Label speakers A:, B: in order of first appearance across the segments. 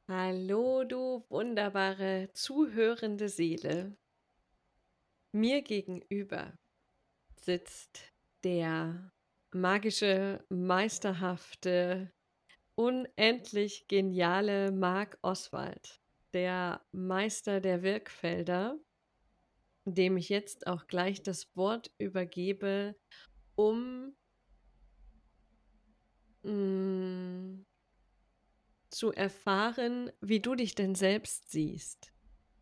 A: Hallo, du wunderbare zuhörende Seele. Mir gegenüber sitzt der magische, meisterhafte, unendlich geniale Marc Oswald, der Meister der Wirkfelder, dem ich jetzt auch gleich das Wort übergebe, um mm, zu erfahren, wie du dich denn selbst siehst.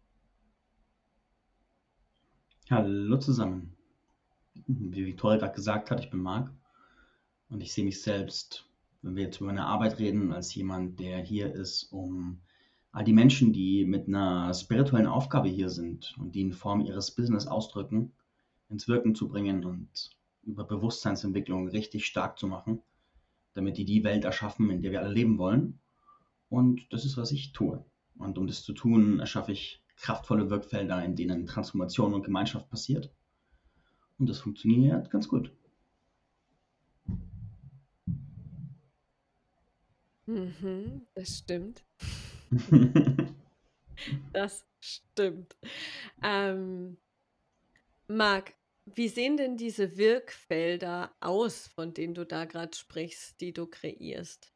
B: Hallo zusammen. Wie Victoria gerade gesagt hat, ich bin Marc und ich sehe mich selbst, wenn wir jetzt über meine Arbeit reden, als jemand, der hier ist, um all die Menschen, die mit einer spirituellen Aufgabe hier sind und die in Form ihres Business ausdrücken, ins Wirken zu bringen und über Bewusstseinsentwicklung richtig stark zu machen, damit die Welt erschaffen, in der wir alle leben wollen. Und das ist, was ich tue. Und um das zu tun, erschaffe ich kraftvolle Wirkfelder, in denen Transformation und Gemeinschaft passiert. Und das funktioniert ganz gut.
A: Das stimmt. Das stimmt. Ähm, Marc, wie sehen denn diese Wirkfelder aus, von denen du da gerade sprichst, die du kreierst?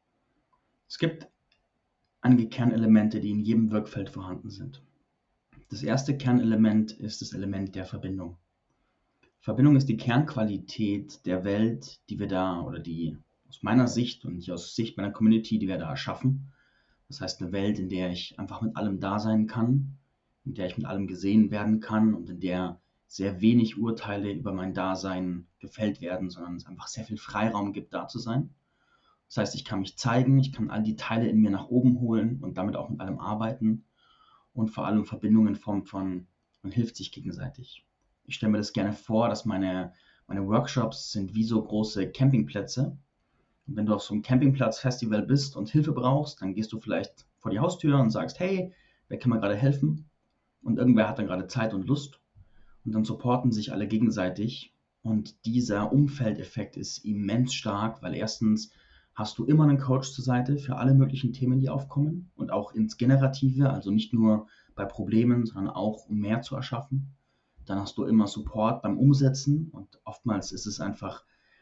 B: Es gibt einige Kernelemente, die in jedem Wirkfeld vorhanden sind. Das erste Kernelement ist das Element der Verbindung. Verbindung ist die Kernqualität der Welt, die wir da, oder die aus meiner Sicht und nicht aus Sicht meiner Community, die wir da erschaffen. Das heißt, eine Welt, in der ich einfach mit allem da sein kann, in der ich mit allem gesehen werden kann und in der sehr wenig Urteile über mein Dasein gefällt werden, sondern es einfach sehr viel Freiraum gibt, da zu sein. Das heißt, ich kann mich zeigen, ich kann all die Teile in mir nach oben holen und damit auch mit allem arbeiten und vor allem Verbindungen in Form von, man hilft sich gegenseitig. Ich stelle mir das gerne vor, dass meine Workshops sind wie so große Campingplätze. Und wenn du auf so einem Campingplatz-Festival bist und Hilfe brauchst, dann gehst du vielleicht vor die Haustür und sagst, hey, wer kann mir gerade helfen? Und irgendwer hat dann gerade Zeit und Lust und dann supporten sich alle gegenseitig. Und dieser Umfeldeffekt ist immens stark, weil erstens hast du immer einen Coach zur Seite für alle möglichen Themen, die aufkommen und auch ins Generative, also nicht nur bei Problemen, sondern auch um mehr zu erschaffen. Dann hast du immer Support beim Umsetzen und oftmals ist es einfach,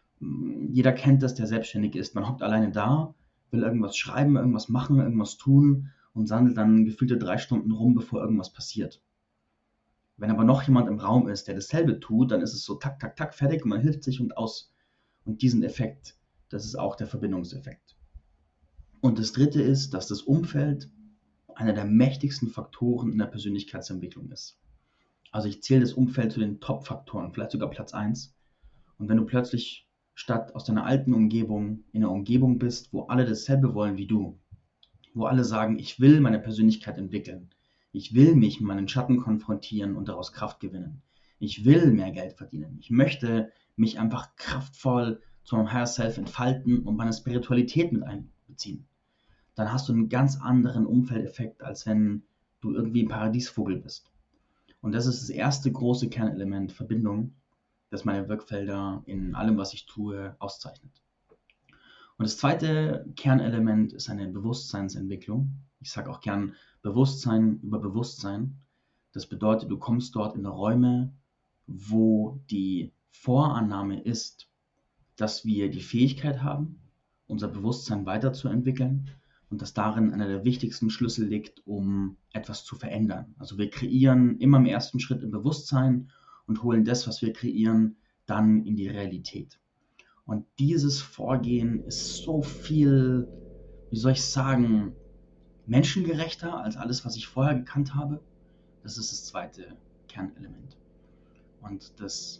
B: jeder kennt das, der selbstständig ist. Man hockt alleine da, will irgendwas schreiben, irgendwas machen, irgendwas tun und sandelt dann gefühlte 3 Stunden rum, bevor irgendwas passiert. Wenn aber noch jemand im Raum ist, der dasselbe tut, dann ist es so tak, tak, tak, fertig und man hilft sich und aus. Und diesen Effekt, das ist auch der Verbindungseffekt. Und das dritte ist, dass das Umfeld einer der mächtigsten Faktoren in der Persönlichkeitsentwicklung ist. Also ich zähle das Umfeld zu den Top-Faktoren, vielleicht sogar Platz eins. Und wenn du plötzlich statt aus deiner alten Umgebung in einer Umgebung bist, wo alle dasselbe wollen wie du, wo alle sagen, ich will meine Persönlichkeit entwickeln. Ich will mich mit meinen Schatten konfrontieren und daraus Kraft gewinnen. Ich will mehr Geld verdienen. Ich möchte mich einfach kraftvoll zu meinem Higher Self entfalten und meine Spiritualität mit einbeziehen. Dann hast du einen ganz anderen Umfeldeffekt, als wenn du irgendwie ein Paradiesvogel bist. Und das ist das erste große Kernelement, Verbindung, das meine Wirkfelder in allem, was ich tue, auszeichnet. Und das zweite Kernelement ist eine Bewusstseinsentwicklung. Ich sage auch gern Bewusstsein über Bewusstsein. Das bedeutet, du kommst dort in Räume, wo die Vorannahme ist, dass wir die Fähigkeit haben, unser Bewusstsein weiterzuentwickeln und dass darin einer der wichtigsten Schlüssel liegt, um etwas zu verändern. Also wir kreieren immer im ersten Schritt im Bewusstsein und holen das, was wir kreieren, dann in die Realität. Und dieses Vorgehen ist so viel, wie soll ich sagen, menschengerechter als alles, was ich vorher gekannt habe. Das ist das zweite Kernelement. Und das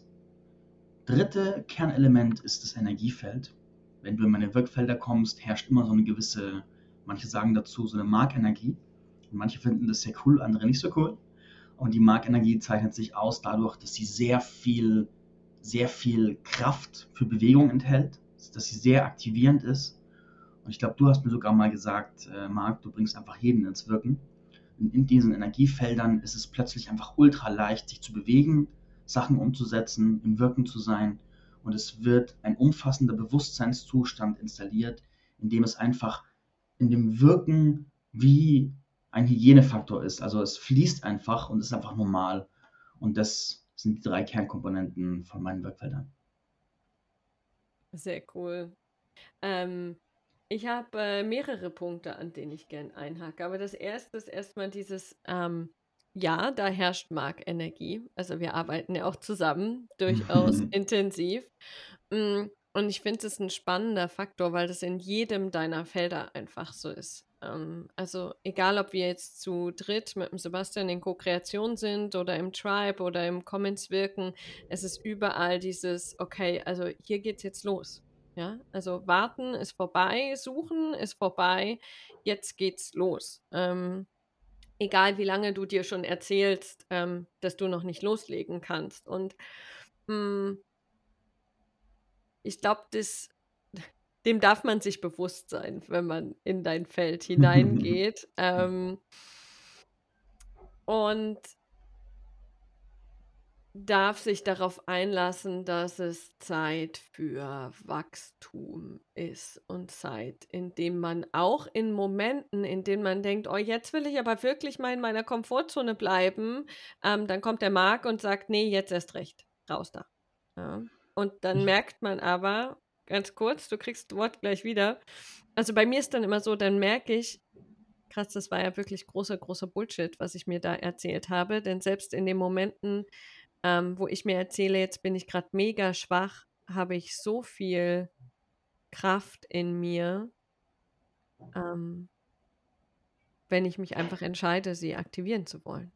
B: dritte Kernelement ist das Energiefeld. Wenn du in meine Wirkfelder kommst, herrscht immer so eine gewisse, manche sagen dazu, so eine Markenergie. Und manche finden das sehr cool, andere nicht so cool. Und die Markenergie zeichnet sich aus dadurch, dass sie sehr viel Kraft für Bewegung enthält, dass sie sehr aktivierend ist. Und ich glaube, du hast mir sogar mal gesagt, Marc, du bringst einfach jeden ins Wirken. Und in diesen Energiefeldern ist es plötzlich einfach ultra leicht, sich zu bewegen, Sachen umzusetzen, im Wirken zu sein. Und es wird ein umfassender Bewusstseinszustand installiert, in dem es einfach in dem Wirken wie ein Hygienefaktor ist. Also es fließt einfach und ist einfach normal. Und das sind die 3 Kernkomponenten von meinen Wirkfeldern.
A: Sehr cool. Ähm, ich habe mehrere Punkte, an denen ich gern einhake. Aber das erste ist erstmal dieses, ja, da herrscht Markenergie. Also wir arbeiten ja auch zusammen, durchaus intensiv. Und ich finde es ein spannender Faktor, weil das in jedem deiner Felder einfach so ist. Also egal, ob wir jetzt zu dritt mit dem Sebastian in Co-Kreation sind oder im Tribe oder im Commons wirken, es ist überall dieses, okay, also hier geht's jetzt los. Ja, also warten ist vorbei, suchen ist vorbei, jetzt geht's los. Egal wie lange du dir schon erzählst, dass du noch nicht loslegen kannst. Und mm, ich glaube, dem darf man sich bewusst sein, wenn man in dein Feld hineingeht. Und darf sich darauf einlassen, dass es Zeit für Wachstum ist und Zeit, in dem man auch in Momenten, in denen man denkt, oh, jetzt will ich aber wirklich mal in meiner Komfortzone bleiben, dann kommt der Marc und sagt, nee, jetzt erst recht, raus da. Ja. Und dann
B: Ich,
A: merkt man aber, ganz kurz, du kriegst das Wort gleich wieder. Also bei mir ist dann immer so, dann merke ich, krass, das war ja wirklich großer, großer Bullshit, was ich mir da erzählt habe, denn selbst in den Momenten, wo ich mir erzähle, jetzt bin ich gerade mega schwach, habe ich so viel Kraft in mir, ähm, wenn ich mich einfach entscheide, sie aktivieren zu wollen.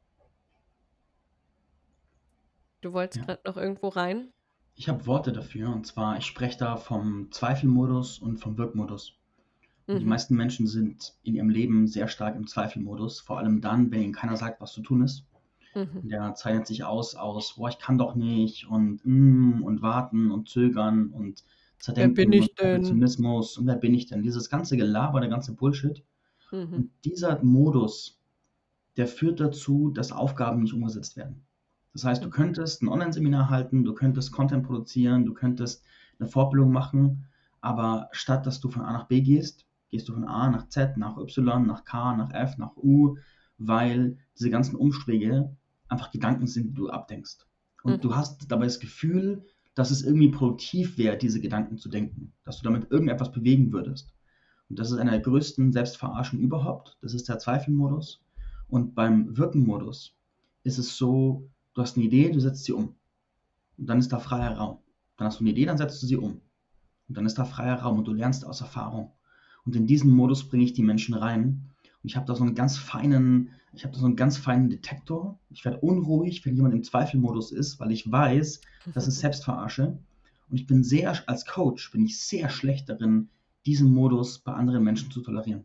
A: Du wolltest
B: ja.
A: gerade noch irgendwo rein?
B: Ich habe Worte dafür, und zwar, ich spreche da vom Zweifelmodus und vom Wirkmodus. Und die
A: Mhm,
B: meisten Menschen sind in ihrem Leben sehr stark im Zweifelmodus, vor allem dann, wenn ihnen keiner sagt, was zu tun ist.
A: mhm.
B: Und der zeichnet sich aus, boah, ich kann doch nicht und warten und zögern und
A: Wer bin
B: zerdenken
A: ich
B: und
A: denn?
B: Perfektionismus und wer bin ich denn? Dieses ganze Gelaber, der ganze Bullshit.
A: Mhm,
B: Und dieser Modus, der führt dazu, dass Aufgaben nicht umgesetzt werden. Das heißt, du
A: mhm,
B: könntest ein Online-Seminar halten, du könntest Content produzieren, du könntest eine Fortbildung machen, aber statt dass du von A nach B gehst, gehst du von A nach Z, nach Y, nach K, nach F, nach U, weil diese ganzen Umschläge einfach Gedanken sind, die du abdenkst. Und du
A: mhm,
B: hast dabei das Gefühl, dass es irgendwie produktiv wäre, diese Gedanken zu denken, dass du damit irgendetwas bewegen würdest. Und das ist einer der größten Selbstverarschen überhaupt. Das ist der Zweifelmodus. Und beim Wirkenmodus ist es so, du hast eine Idee, du setzt sie um. Und dann ist da freier Raum. Dann hast du eine Idee, dann setzt du sie um. Und dann ist da freier Raum und du lernst aus Erfahrung. Und in diesen Modus bringe ich die Menschen rein. Und ich habe da so einen ganz feinen Detektor. Ich werde unruhig, wenn jemand im Zweifelmodus ist, weil ich weiß, das ist Selbstverarsche. Und als Coach bin ich sehr schlecht darin, diesen Modus bei anderen Menschen zu tolerieren.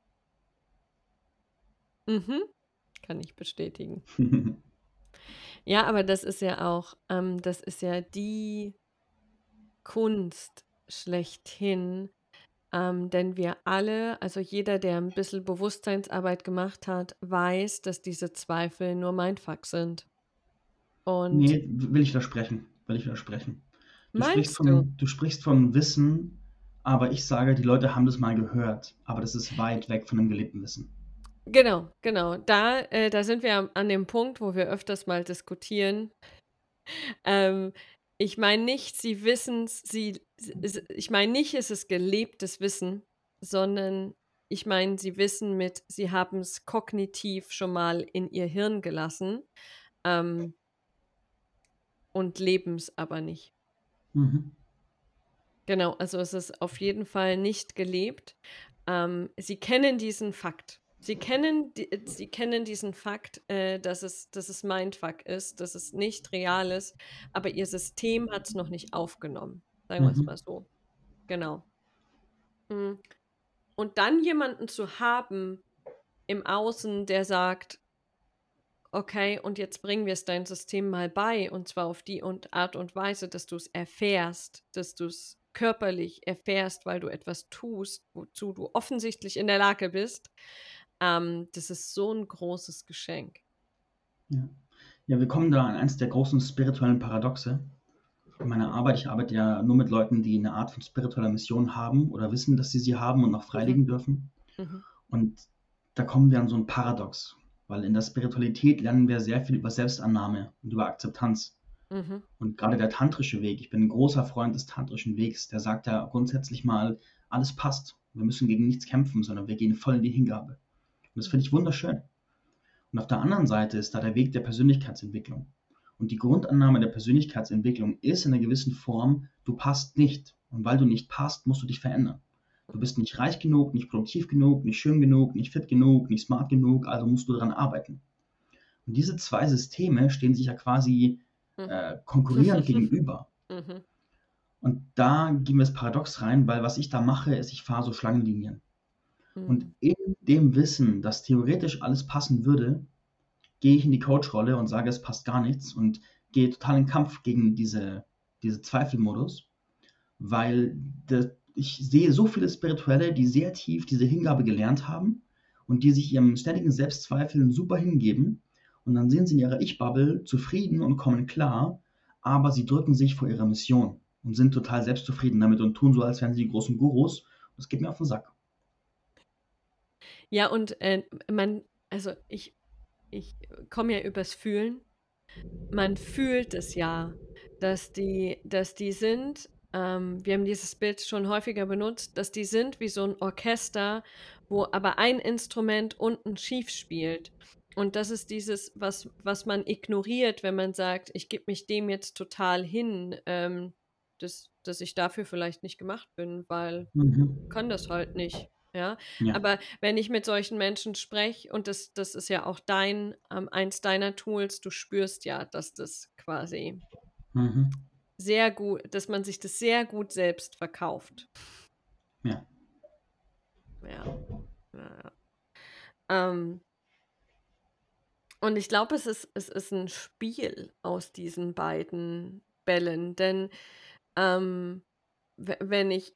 A: mhm. Kann ich bestätigen. Ja, aber das ist ja die Kunst schlechthin. Denn wir alle, also jeder, der ein bisschen Bewusstseinsarbeit gemacht hat, weiß, dass diese Zweifel nur Mindfuck sind. Und
B: Nee, will ich widersprechen. Will ich widersprechen.
A: meinst du?
B: Du sprichst von Wissen, aber ich sage, die Leute haben das mal gehört, aber das ist weit weg von dem gelebten Wissen.
A: Genau, genau. Da sind wir an dem Punkt, wo wir öfters mal diskutieren. Ähm, ich meine nicht, sie wissen's, ich meine nicht, es ist gelebtes Wissen, sondern ich meine, sie haben es kognitiv schon mal in ihr Hirn gelassen, ähm, und leben es aber nicht.
B: Mhm.
A: Genau, also es ist auf jeden Fall nicht gelebt. Sie kennen diesen Fakt. Sie kennen diesen Fakt, dass es Mindfuck ist, dass es nicht real ist, aber ihr System hat es noch nicht aufgenommen. Sagen wir es
B: Mhm.
A: mal so. Genau. Mm. Und dann jemanden zu haben im Außen, der sagt, okay, und jetzt bringen wir es dein System mal bei, und zwar auf die Art und Weise, dass du es erfährst, dass du es körperlich erfährst, weil du etwas tust, wozu du offensichtlich in der Lage bist. Das ist so ein großes Geschenk.
B: Ja. Ja, wir kommen da an eins der großen spirituellen Paradoxe in meiner Arbeit. Ich arbeite ja nur mit Leuten, die eine Art von spiritueller Mission haben oder wissen, dass sie haben und noch
A: Mhm,
B: freilegen dürfen.
A: mhm,
B: Und da kommen wir an so ein Paradox, weil in der Spiritualität lernen wir sehr viel über Selbstannahme und über Akzeptanz.
A: Mhm.
B: Und gerade der tantrische Weg, ich bin ein großer Freund des tantrischen Wegs, der sagt ja grundsätzlich mal, alles passt. Wir müssen gegen nichts kämpfen, sondern wir gehen voll in die Hingabe. Und das finde ich wunderschön. Und auf der anderen Seite ist da der Weg der Persönlichkeitsentwicklung. Und die Grundannahme der Persönlichkeitsentwicklung ist in einer gewissen Form, du passt nicht. Und weil du nicht passt, musst du dich verändern. Du bist nicht reich genug, nicht produktiv genug, nicht schön genug, nicht fit genug, nicht smart genug, also musst du daran arbeiten. Und diese zwei Systeme stehen sich ja quasi
A: Mhm.
B: konkurrierend gegenüber.
A: Mhm.
B: Und da gehen wir das Paradox rein, weil was ich da mache, ist, ich fahre so Schlangenlinien. Und
A: Mhm.
B: in dem Wissen, dass theoretisch alles passen würde, gehe ich in die Coach-Rolle und sage, es passt gar nichts und gehe total in Kampf gegen diese Zweifelmodus, weil ich sehe so viele Spirituelle, die sehr tief diese Hingabe gelernt haben und die sich ihrem ständigen Selbstzweifeln super hingeben und dann sind sie in ihrer Ich-Bubble zufrieden und kommen klar, aber sie drücken sich vor ihrer Mission und sind total selbstzufrieden damit und tun so, als wären sie die großen Gurus. Das geht mir auf den Sack.
A: Ja, und also ich komme ja übers Fühlen. Man fühlt es ja, dass die sind, wir haben dieses Bild schon häufiger benutzt, dass die sind wie so ein Orchester, wo aber ein Instrument unten schief spielt. Und das ist dieses, was man ignoriert, wenn man sagt, ich gebe mich dem jetzt total hin, dass ich dafür vielleicht nicht gemacht bin, weil
B: Mhm.
A: kann das halt nicht, ja.
B: Ja.
A: Aber wenn ich mit solchen Menschen spreche, und das ist ja auch eins deiner Tools, du spürst ja, dass das quasi
B: Mhm.
A: sehr gut, dass man sich das sehr gut selbst verkauft.
B: Ja.
A: Ja, ja, ja. Ähm, und ich glaube, es ist ein Spiel aus diesen beiden Bällen, denn wenn ich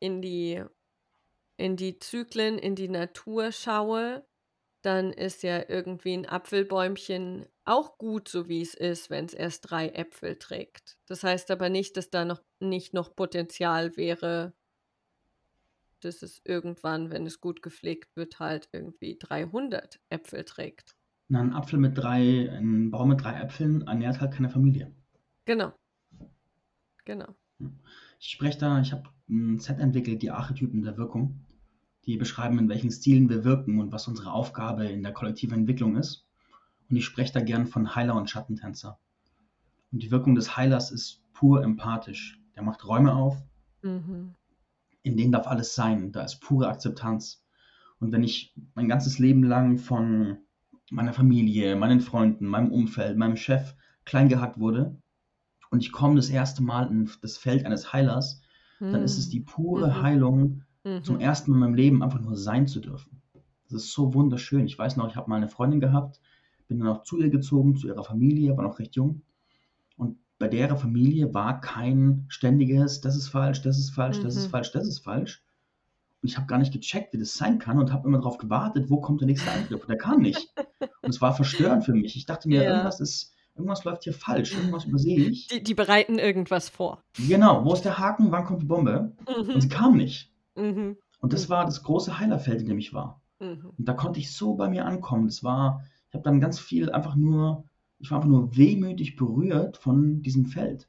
A: in die Zyklen, in die Natur schaue, dann ist ja irgendwie ein Apfelbäumchen auch gut, so wie es ist, wenn es erst 3 Äpfel trägt. Das heißt aber nicht, dass da noch nicht noch Potenzial wäre, dass es irgendwann, wenn es gut gepflegt wird, halt irgendwie 300 Äpfel trägt.
B: Na, ein Baum mit 3 Äpfeln ernährt halt keine Familie.
A: Genau, genau.
B: Ich habe ein Set entwickelt, die Archetypen der Wirkung, die beschreiben, in welchen Stilen wir wirken und was unsere Aufgabe in der kollektiven Entwicklung ist. Und ich spreche da gern von Heiler und Schattentänzer. Und die Wirkung des Heilers ist pur empathisch. Der macht Räume auf,
A: Mhm.
B: in denen darf alles sein. Da ist pure Akzeptanz. Und wenn ich mein ganzes Leben lang von meiner Familie, meinen Freunden, meinem Umfeld, meinem Chef kleingehackt wurde, und ich komme das erste Mal in das Feld eines Heilers, dann ist es die
A: Mhm.
B: pure
A: Mhm.
B: Heilung, zum
A: Mhm.
B: ersten Mal in meinem Leben einfach nur sein zu dürfen. Das ist so wunderschön. Ich weiß noch, ich habe mal eine Freundin gehabt, bin dann auch zu ihr gezogen, zu ihrer Familie, war noch recht jung. Und bei der Familie war kein ständiges, das ist falsch, das ist falsch, das ist
A: Mhm.
B: falsch, das ist falsch. Und ich habe gar nicht gecheckt, wie das sein kann und habe immer darauf gewartet, wo kommt der nächste Angriff. Und der kam nicht. Und es war verstörend für mich. Ich dachte mir,
A: Ja.
B: irgendwas läuft hier falsch, irgendwas übersehe ich.
A: Die bereiten irgendwas vor.
B: Genau, wo ist der Haken, wann kommt die Bombe? Und sie
A: Mhm.
B: kam nicht.
A: Mhm.
B: Und das
A: Mhm.
B: war das große Heilerfeld, in dem ich war.
A: Mhm.
B: Und da konnte ich so bei mir ankommen. Ich habe dann ganz viel ich war einfach nur wehmütig berührt von diesem Feld.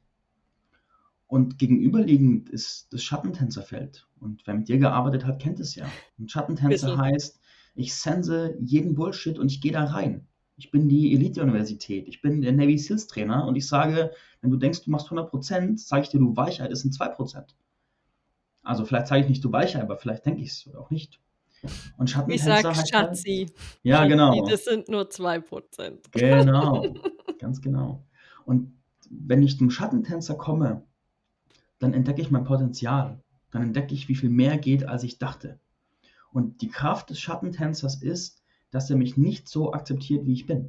B: Und gegenüberliegend ist das Schattentänzerfeld. Und wer mit dir gearbeitet hat, kennt es ja. Ein Schattentänzer
A: Bisschen.
B: heißt, ich sense jeden Bullshit und ich gehe da rein. Ich bin die Elite-Universität. Ich bin der Navy Seals Trainer und ich sage, wenn du denkst, du machst 100%, sage ich dir, du Weichheit, es sind 2%. Also vielleicht sage ich nicht, du Weichheit, aber vielleicht denke ich es oder auch nicht. Und
A: Ich sag
B: Schattentänzer heißt halt,
A: Schatzi.
B: ja,
A: Schatzi,
B: genau,
A: das sind nur 2%.
B: genau, ganz genau. Und wenn ich zum Schattentänzer komme, dann entdecke ich mein Potenzial. Dann entdecke ich, wie viel mehr geht, als ich dachte. Und die Kraft des Schattentänzers ist, dass er mich nicht so akzeptiert, wie ich bin.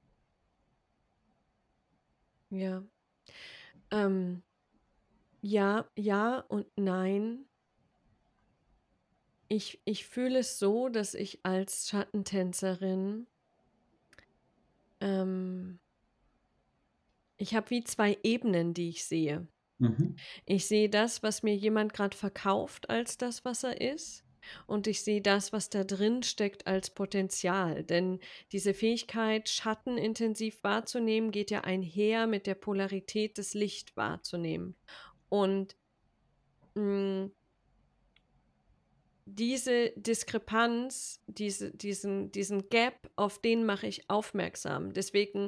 A: Ja. Ähm, ja, ja und nein. Ich fühle es so, dass ich als Schattentänzerin, ähm, ich habe wie 2 Ebenen, die ich sehe.
B: Mhm.
A: Ich sehe das, was mir jemand gerade verkauft als das, was er ist. und ich sehe das, was da drin steckt, als Potenzial. Denn diese Fähigkeit, Schatten intensiv wahrzunehmen, geht ja einher mit der Polarität des Licht wahrzunehmen. Und mh, diese Diskrepanz, diesen Gap, auf den mache ich aufmerksam. Deswegen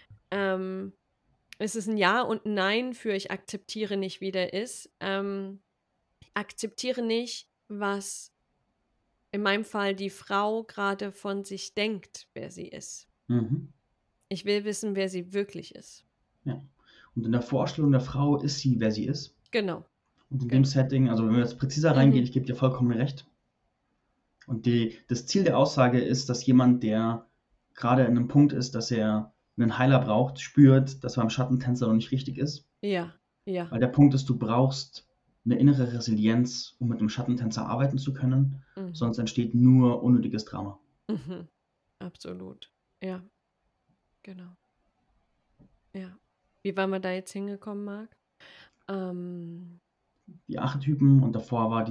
A: ist es ein Ja und ein Nein für ich akzeptiere nicht, wie der ist. Akzeptiere nicht, was in meinem Fall die Frau gerade von sich denkt, wer sie ist.
B: Mhm.
A: Ich will wissen, wer sie wirklich ist.
B: Ja. Und in der Vorstellung der Frau ist sie, wer sie ist.
A: Genau,
B: Und in dem
A: genau.
B: Setting, also wenn wir jetzt präziser reingehen,
A: Mhm.
B: ich gebe dir vollkommen recht. Und das Ziel der Aussage ist, dass jemand, der gerade in einem Punkt ist, dass er einen Heiler braucht, spürt, dass er beim Schattentänzer noch nicht richtig ist.
A: Ja, ja.
B: Weil der Punkt ist, du brauchst eine innere Resilienz, um mit dem Schattentänzer arbeiten zu können.
A: Mhm.
B: Sonst entsteht nur unnötiges Drama.
A: Mhm. Absolut. Ja, genau. Ja. Wie waren wir da jetzt hingekommen, Marc? Ähm,
B: Die Archetypen und davor war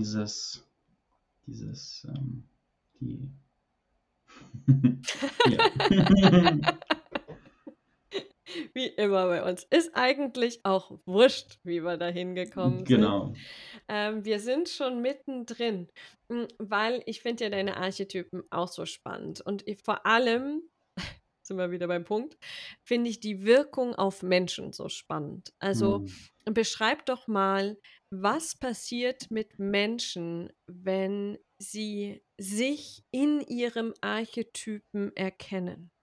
B: die, ja.
A: Wie immer bei uns. Ist eigentlich auch wurscht, wie wir da hingekommen sind.
B: Genau.
A: Wir sind schon mittendrin, weil ich finde ja deine Archetypen auch so spannend. Und vor allem, sind wir wieder beim Punkt, finde ich die Wirkung auf Menschen so spannend. Also
B: Hm.
A: beschreib doch mal, was passiert mit Menschen, wenn sie sich in ihrem Archetypen erkennen.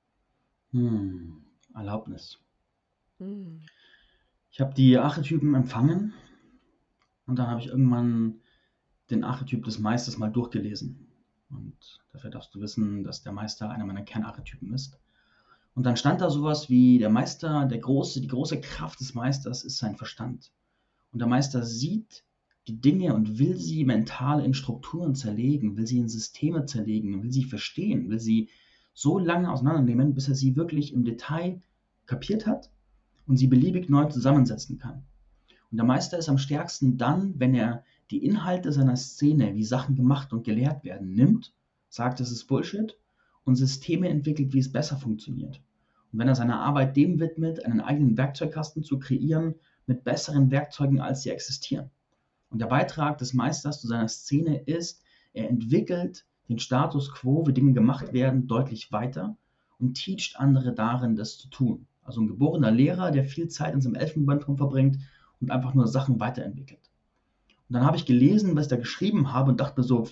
B: Erlaubnis.
A: Hm.
B: Ich habe die Archetypen empfangen und dann habe ich irgendwann den Archetyp des Meisters mal durchgelesen. Und dafür darfst du wissen, dass der Meister einer meiner Kernarchetypen ist. Und dann stand da sowas wie der Meister, die große Kraft des Meisters ist sein Verstand. Und der Meister sieht die Dinge und will sie mental in Strukturen zerlegen, will sie in Systeme zerlegen, will sie verstehen, will sie so lange auseinandernehmen, bis er sie wirklich im Detail kapiert hat und sie beliebig neu zusammensetzen kann. Und der Meister ist am stärksten dann, wenn er die Inhalte seiner Szene, wie Sachen gemacht und gelehrt werden, nimmt, sagt, es ist Bullshit und Systeme entwickelt, wie es besser funktioniert. Und wenn er seine Arbeit dem widmet, einen eigenen Werkzeugkasten zu kreieren mit besseren Werkzeugen, als sie existieren. Und der Beitrag des Meisters zu seiner Szene ist, er entwickelt den Status quo, wie Dinge gemacht werden, deutlich weiter und teacht andere darin, das zu tun. Also ein geborener Lehrer, der viel Zeit in seinem Elfenbeinturm verbringt und einfach nur Sachen weiterentwickelt. Und dann habe ich gelesen, was ich da geschrieben habe und dachte mir so,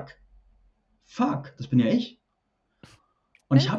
B: fuck, das bin ja ich. Und
A: That's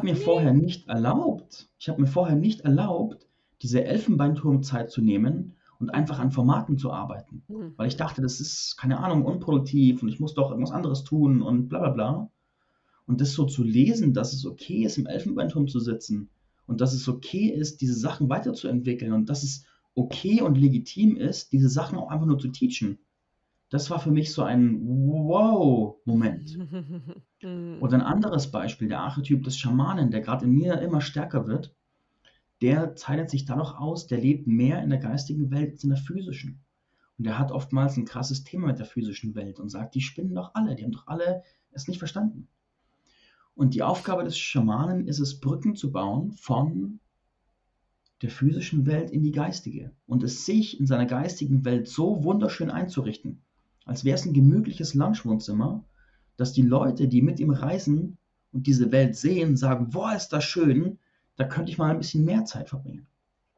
B: ich habe mir vorher nicht erlaubt, diese Elfenbeinturmzeit zu nehmen und einfach
A: me.
B: an Formaten zu arbeiten. Weil ich
A: Mhm.
B: dachte, das ist, keine Ahnung, unproduktiv und ich muss doch irgendwas anderes tun und bla bla bla. Und das so zu lesen, dass es okay ist, im Elfenbeinturm zu sitzen und dass es okay ist, diese Sachen weiterzuentwickeln und dass es okay und legitim ist, diese Sachen auch einfach nur zu teachen. Das war für mich so ein Wow-Moment. Und ein
A: Mhm.
B: anderes Beispiel, der Archetyp des Schamanen, der gerade in mir immer stärker wird, der zeichnet sich dadurch aus, der lebt mehr in der geistigen Welt als in der physischen. Und der hat oftmals ein krasses Thema mit der physischen Welt und sagt, die spinnen doch alle, die haben doch alle es nicht verstanden. Und die Aufgabe des Schamanen ist es, Brücken zu bauen von der physischen Welt in die geistige und es sich in seiner geistigen Welt so wunderschön einzurichten, als wäre es ein gemütliches Lunchwohnzimmer, dass die Leute, die mit ihm reisen und diese Welt sehen, sagen, boah, ist das schön, da könnte ich mal ein bisschen mehr Zeit verbringen.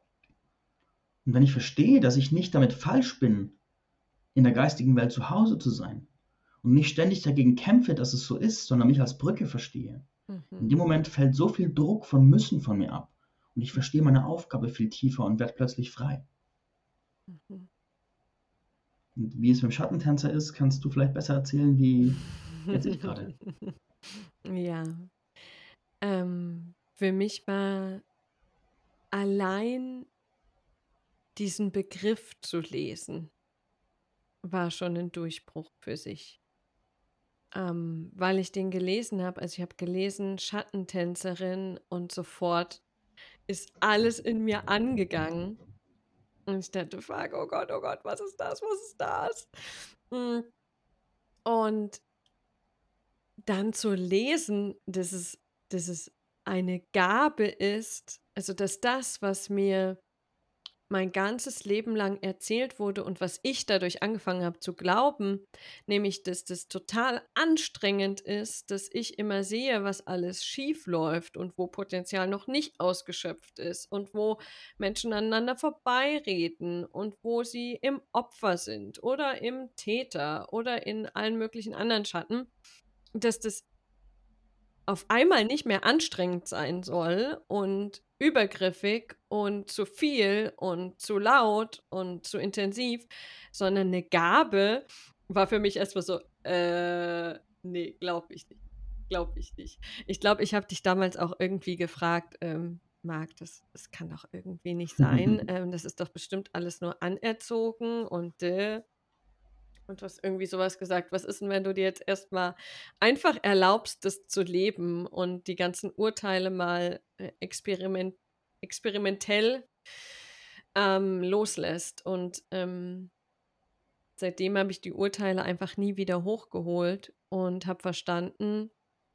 B: Und wenn ich verstehe, dass ich nicht damit falsch bin, in der geistigen Welt zu Hause zu sein und nicht ständig dagegen kämpfe, dass es so ist, sondern mich als Brücke verstehe, in dem
A: Mhm.
B: Moment fällt so viel Druck von Müssen von mir ab und ich verstehe meine Aufgabe viel tiefer und werde plötzlich frei.
A: Mhm.
B: Und wie es mit dem Schattentänzer ist, kannst du vielleicht besser erzählen, wie jetzt ich gerade.
A: Ja, für mich war allein diesen Begriff zu lesen, war schon ein Durchbruch für sich. Weil ich den gelesen habe, also ich habe gelesen Schattentänzerin und sofort ist alles in mir angegangen. Und ich dachte, fuck, oh Gott, was ist das? Was ist das? Mm, Und dann zu lesen, dass es eine Gabe ist, also dass das, was mir mein ganzes Leben lang erzählt wurde und was ich dadurch angefangen habe zu glauben, nämlich, dass das total anstrengend ist, dass ich immer sehe, was alles schief läuft und wo Potenzial noch nicht ausgeschöpft ist und wo Menschen aneinander vorbeireden und wo sie im Opfer sind oder im Täter oder in allen möglichen anderen Schatten, dass das auf einmal nicht mehr anstrengend sein soll und übergriffig und zu viel und zu laut und zu intensiv, sondern eine Gabe, war für mich erst mal so: ne, glaube ich nicht. Glaube ich nicht.“ Ich glaube, ich habe dich damals auch irgendwie gefragt, „Marc, das kann doch irgendwie nicht sein. Das ist doch bestimmt alles nur anerzogen und du hast irgendwie sowas gesagt: „Was ist denn, wenn du dir jetzt erst mal einfach erlaubst, das zu leben und die ganzen Urteile mal, experimentell, loslässt?“ Und, seitdem habe ich die Urteile einfach nie wieder hochgeholt und habe verstanden,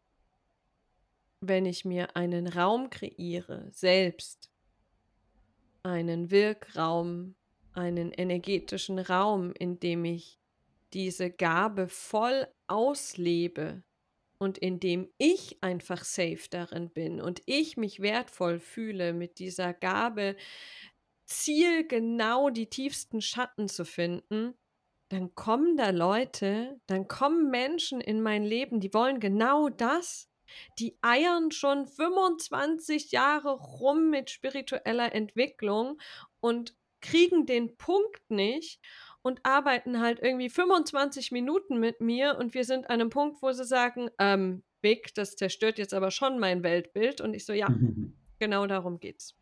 A: wenn ich mir einen Raum kreiere, selbst, einen Wirkraum, einen energetischen Raum, in dem ich diese Gabe voll auslebe und in dem ich einfach safe darin bin und ich mich wertvoll fühle, mit dieser Gabe zielgenau die tiefsten Schatten zu finden, dann kommen da Leute, dann kommen Menschen in mein Leben, die wollen genau das. Die eiern schon 25 Jahre rum mit spiritueller Entwicklung und kriegen den Punkt nicht und arbeiten halt irgendwie 25 Minuten mit mir und wir sind an einem Punkt, wo sie sagen, Vic, das zerstört jetzt aber schon mein Weltbild. Und ich so, ja, genau darum geht's.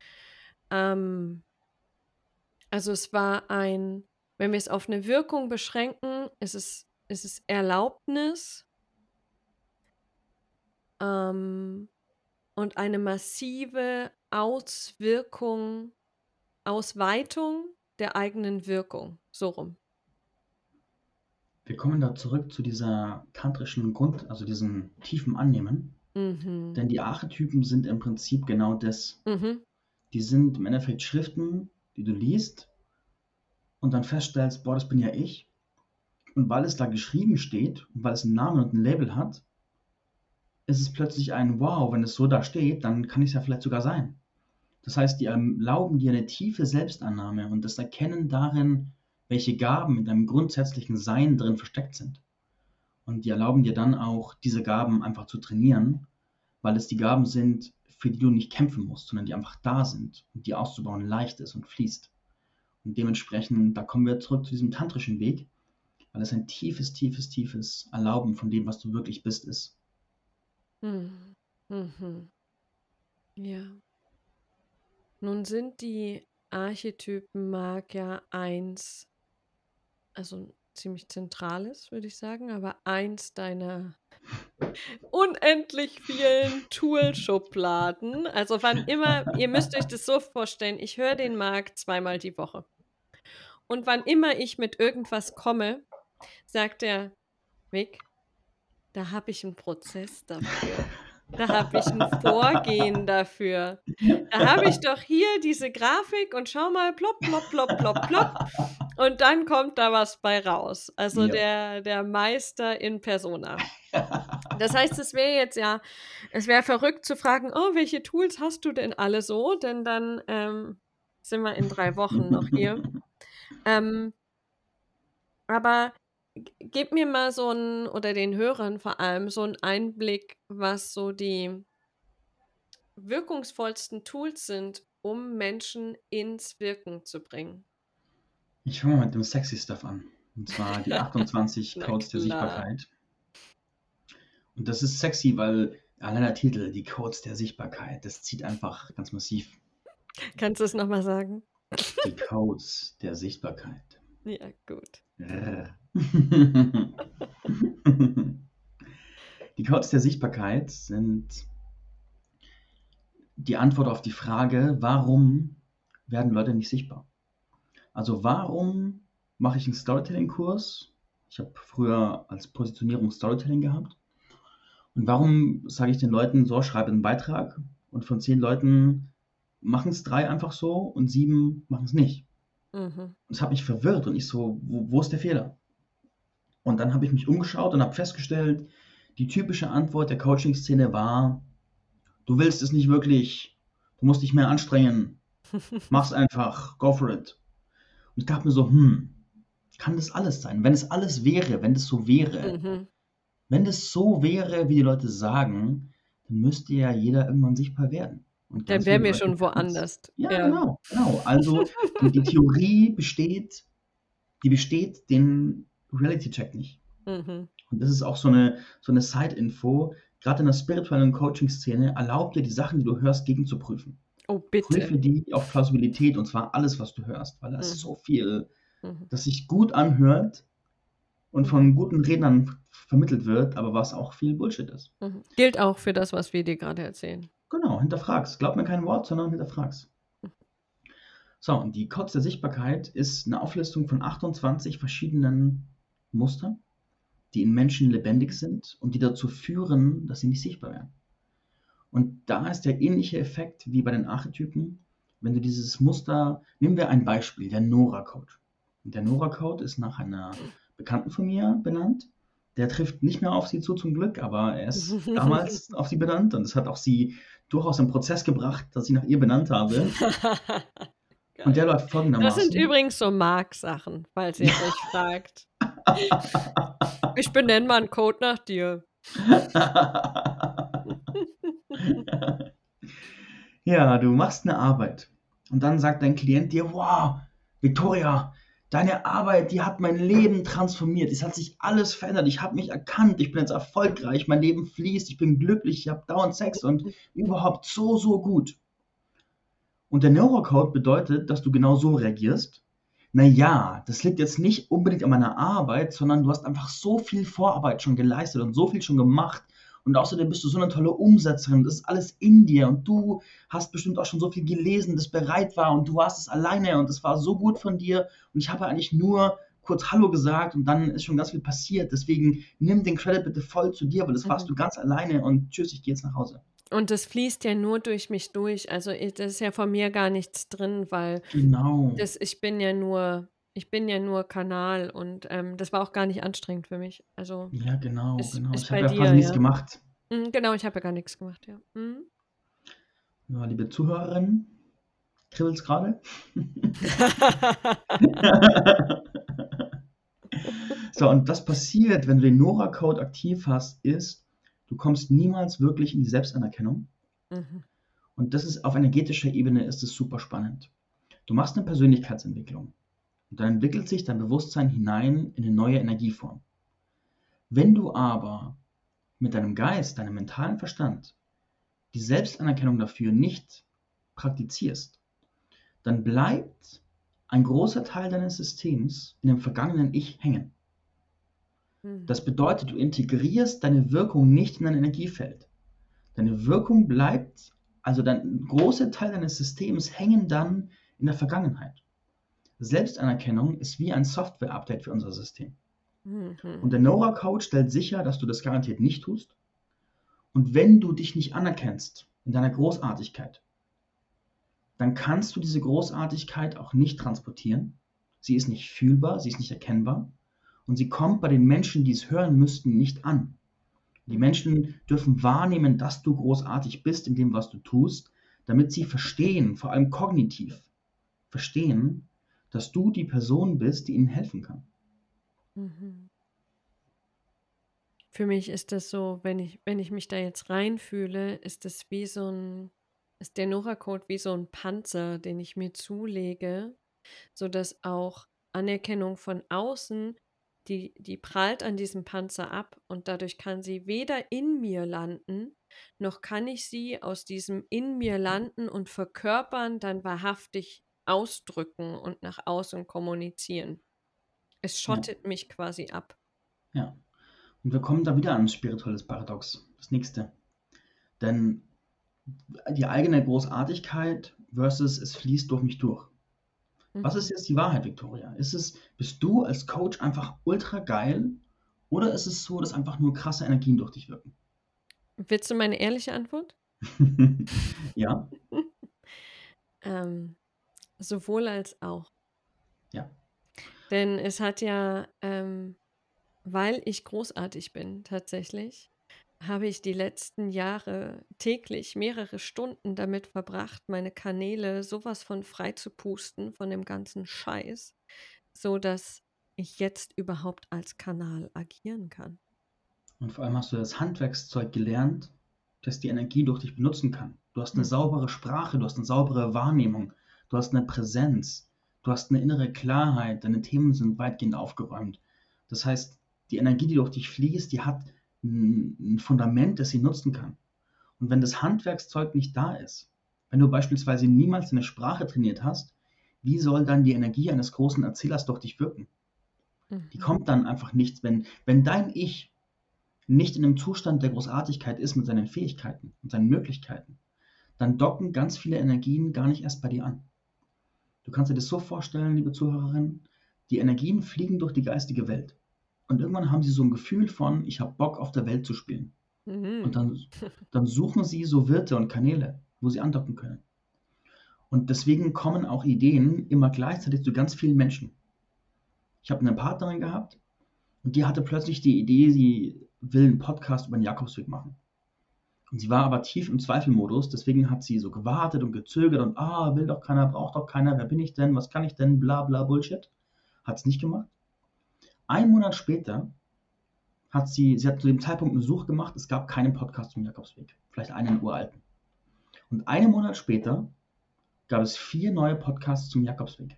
A: Also es war wenn wir es auf eine Wirkung beschränken, ist es Erlaubnis, ähm, und eine massive Ausweitung der eigenen Wirkung, so rum.
B: Wir kommen da zurück zu dieser tantrischen also diesem tiefen Annehmen.
A: Mhm.
B: Denn die Archetypen sind im Prinzip genau das.
A: Mhm.
B: Die sind im Endeffekt Schriften, die du liest und dann feststellst, boah, das bin ja ich. Und weil es da geschrieben steht und weil es einen Namen und ein Label hat, ist es plötzlich ein Wow, wenn es so da steht, dann kann ich es ja vielleicht sogar sein. Das heißt, die erlauben dir eine tiefe Selbstannahme und das Erkennen darin, welche Gaben in deinem grundsätzlichen Sein drin versteckt sind. Und die erlauben dir dann auch, diese Gaben einfach zu trainieren, weil es die Gaben sind, für die du nicht kämpfen musst, sondern die einfach da sind und die auszubauen leicht ist und fließt. Und dementsprechend, da kommen wir zurück zu diesem tantrischen Weg, weil es ein tiefes, tiefes, tiefes Erlauben von dem, was du wirklich bist, ist.
A: Mhm. Mhm. Ja. Nun sind die Archetypen Mark ja also ein ziemlich zentrales, würde ich sagen, aber eins deiner unendlich vielen Toolschubladen. Also wann immer, ihr müsst euch das so vorstellen, ich höre den Marc zweimal die Woche. Und wann immer ich mit irgendwas komme, sagt er, Vic, da habe ich einen Prozess dafür. Da habe ich ein Vorgehen dafür. Da habe ich doch hier diese Grafik und schau mal, plopp, plopp, plopp, plopp, plopp. Und dann kommt da was bei raus. Also
B: Ja.
A: der Meister in Persona. Das heißt, es wäre verrückt zu fragen, oh, welche Tools hast du denn alle so? Denn dann sind wir in 3 Wochen noch hier. Ähm, aber gib mir mal oder den Hörern vor allem so einen Einblick, was so die wirkungsvollsten Tools sind, um Menschen ins Wirken zu bringen.
B: Ich fange mal mit dem sexy Stuff an. Und zwar die 28
A: Na
B: Codes der
A: klar.
B: Sichtbarkeit. Und das ist sexy, weil allein der Titel, die Codes der Sichtbarkeit, das zieht einfach ganz massiv.
A: Kannst du es nochmal sagen?
B: Die Codes der Sichtbarkeit.
A: Ja, gut.
B: Die Codes der Sichtbarkeit sind die Antwort auf die Frage, warum werden Leute nicht sichtbar? Also warum mache ich einen Storytelling-Kurs? Ich habe früher als Positionierung Storytelling gehabt. Und warum sage ich den Leuten so, schreibe einen Beitrag und von 10 Leuten machen es 3 einfach so und 7 machen es nicht.
A: Mhm.
B: Und das hat mich verwirrt und ich so, wo ist der Fehler? Und dann habe ich mich umgeschaut und habe festgestellt, die typische Antwort der Coaching-Szene war, du willst es nicht wirklich, du musst dich mehr anstrengen, mach's einfach, go for it. Und ich dachte mir so, kann das alles sein? Wenn es alles wäre, wenn das so wäre,
A: Mhm.
B: wenn das so wäre, wie die Leute sagen, dann müsste ja jeder irgendwann sichtbar werden. Und
A: Dann
B: ganz
A: wären
B: viele
A: wir
B: Leute
A: schon
B: können's.
A: woanders.
B: Ja,
A: Ja.
B: genau, genau. Also die Theorie besteht, den Reality-Check nicht.
A: Mhm.
B: Und das ist auch so eine Side-Info. Gerade in der spirituellen Coaching-Szene erlaubt dir die Sachen, die du hörst, gegenzuprüfen.
A: Oh, bitte.
B: Prüfe die auf Plausibilität und zwar alles, was du hörst, weil da ist
A: Mhm.
B: so viel,
A: Mhm.
B: das sich gut anhört und
A: Mhm.
B: von guten Rednern vermittelt wird, aber was auch viel Bullshit ist.
A: Mhm. Gilt auch für das, was wir dir gerade erzählen.
B: Genau, hinterfrag's. Glaub mir kein Wort, sondern hinterfrag's. So, und die Codes der Sichtbarkeit ist eine Auflistung von 28 verschiedenen Mustern, die in Menschen lebendig sind und die dazu führen, dass sie nicht sichtbar werden. Und da ist der ähnliche Effekt wie bei den Archetypen. Wenn du dieses Muster, nehmen wir ein Beispiel, der Nora-Code. Und der Nora-Code ist nach einer Bekannten von mir benannt. Der trifft nicht mehr auf sie zu, zum Glück, aber er ist damals auf sie benannt und es hat auch sie durchaus einen Prozess gebracht, dass ich nach ihr benannt habe. Und
A: Geil.
B: der läuft
A: Das sind
B: folgendermaßen.
A: übrigens so Mark-Sachen, falls ihr euch fragt. Ich benenne mal einen Code nach dir.
B: Ja, du machst eine Arbeit und dann sagt dein Klient dir, wow, Victoria, deine Arbeit, die hat mein Leben transformiert. Es hat sich alles verändert. Ich habe mich erkannt. Ich bin jetzt erfolgreich. Mein Leben fließt. Ich bin glücklich. Ich habe dauernd Sex und überhaupt so, so gut. Und der Neurocode bedeutet, dass du genau so reagierst. Naja, das liegt jetzt nicht unbedingt an meiner Arbeit, sondern du hast einfach so viel Vorarbeit schon geleistet und so viel schon gemacht. Und außerdem bist du so eine tolle Umsetzerin. Das ist alles in dir. Und du hast bestimmt auch schon so viel gelesen, das bereit war. Und du warst es alleine. Und es war so gut von dir. Und ich habe eigentlich nur kurz Hallo gesagt. Und dann ist schon ganz viel passiert. Deswegen nimm den Credit bitte voll zu dir, weil das warst du ganz alleine. Und tschüss, ich gehe jetzt nach Hause.
A: Und das fließt ja nur durch mich durch. Also das ist ja von mir gar nichts drin, weil
B: Genau.
A: ich bin ja nur Kanal und das war auch gar nicht anstrengend für mich. Also
B: Ja, genau, genau.
A: ist
B: Ich habe
A: bei
B: ja quasi
A: dir,
B: nichts
A: ja.
B: gemacht.
A: Genau, ich habe ja gar nichts gemacht, ja. Mhm.
B: Ja, liebe Zuhörerinnen, kribbelt's gerade? So, und was passiert, wenn du den Nora-Code aktiv hast, ist, du kommst niemals wirklich in die Selbstanerkennung.
A: Mhm.
B: Und das ist auf energetischer Ebene ist es super spannend. Du machst eine Persönlichkeitsentwicklung und dann entwickelt sich dein Bewusstsein hinein in eine neue Energieform. Wenn du aber mit deinem Geist, deinem mentalen Verstand die Selbstanerkennung dafür nicht praktizierst, dann bleibt ein großer Teil deines Systems in dem vergangenen Ich hängen. Das
A: Mhm.
B: bedeutet, du integrierst deine Wirkung nicht in dein Energiefeld. Deine Wirkung bleibt, also ein großer Teil deines Systems hängen dann in der Vergangenheit. Selbstanerkennung ist wie ein Software-Update für unser System. Und
A: Mhm.
B: der Nora-Code stellt sicher, dass du das garantiert nicht tust. Und wenn du dich nicht anerkennst in deiner Großartigkeit, dann kannst du diese Großartigkeit auch nicht transportieren. Sie ist nicht fühlbar, sie ist nicht erkennbar und sie kommt bei den Menschen, die es hören müssten, nicht an. Die Menschen dürfen wahrnehmen, dass du großartig bist in dem, was du tust, damit sie verstehen, vor allem kognitiv verstehen, dass du die Person bist, die ihnen helfen kann.
A: Mhm. Für mich ist das so, wenn ich mich da jetzt reinfühle, ist der Nora-Code wie so ein Panzer, den ich mir zulege, sodass auch Anerkennung von außen, die prallt an diesem Panzer ab und dadurch kann sie weder in mir landen, noch kann ich sie aus diesem in mir landen und verkörpern dann wahrhaftig ausdrücken und nach außen kommunizieren. Es
B: Ja,
A: schottet mich quasi ab.
B: ja. Und wir kommen da wieder an ein spirituelles Paradox. Das nächste. Denn die eigene Großartigkeit versus es fließt durch mich durch. Was ist
A: Mhm.
B: jetzt die Wahrheit, Victoria? Bist du als Coach einfach ultra geil oder ist es so, dass einfach nur krasse Energien durch dich wirken?
A: Willst du meine ehrliche Antwort?
B: Ja,
A: Ähm, sowohl als auch.
B: ja.
A: Denn es hat ja, weil ich großartig bin tatsächlich, habe ich die letzten Jahre täglich mehrere Stunden damit verbracht, meine Kanäle sowas von frei zu pusten von dem ganzen Scheiß, so dass ich jetzt überhaupt als Kanal agieren kann.
B: Und vor allem hast du das Handwerkszeug gelernt, das die Energie durch dich benutzen kann. Du hast eine
A: Mhm.
B: saubere Sprache, du hast eine saubere Wahrnehmung, du hast eine Präsenz, du hast eine innere Klarheit, deine Themen sind weitgehend aufgeräumt. Das heißt, die Energie, die durch dich fließt, die hat ein Fundament, das sie nutzen kann. Und wenn das Handwerkszeug nicht da ist, wenn du beispielsweise niemals deine Sprache trainiert hast, wie soll dann die Energie eines großen Erzählers durch dich wirken? Die
A: Mhm.
B: kommt dann einfach nicht, wenn dein Ich nicht in einem Zustand der Großartigkeit ist mit seinen Fähigkeiten und seinen Möglichkeiten, dann docken ganz viele Energien gar nicht erst bei dir an. Du kannst dir das so vorstellen, liebe Zuhörerin, die Energien fliegen durch die geistige Welt. Und irgendwann haben sie so ein Gefühl von, ich habe Bock auf der Welt zu spielen. Und
A: Mhm.
B: dann suchen sie so Wirte und Kanäle, wo sie andocken können. Und deswegen kommen auch Ideen immer gleichzeitig zu ganz vielen Menschen. Ich habe eine Partnerin gehabt und die hatte plötzlich die Idee, sie will einen Podcast über den Jakobsweg machen. Und sie war aber tief im Zweifelmodus, deswegen hat sie so gewartet und gezögert und will doch keiner, braucht doch keiner, wer bin ich denn, was kann ich denn, bla bla Bullshit. Hat es nicht gemacht. Einen Monat später sie hat zu dem Zeitpunkt eine Suche gemacht, es gab keinen Podcast zum Jakobsweg, vielleicht einen uralten. Und einen Monat später gab es 4 neue Podcasts zum Jakobsweg.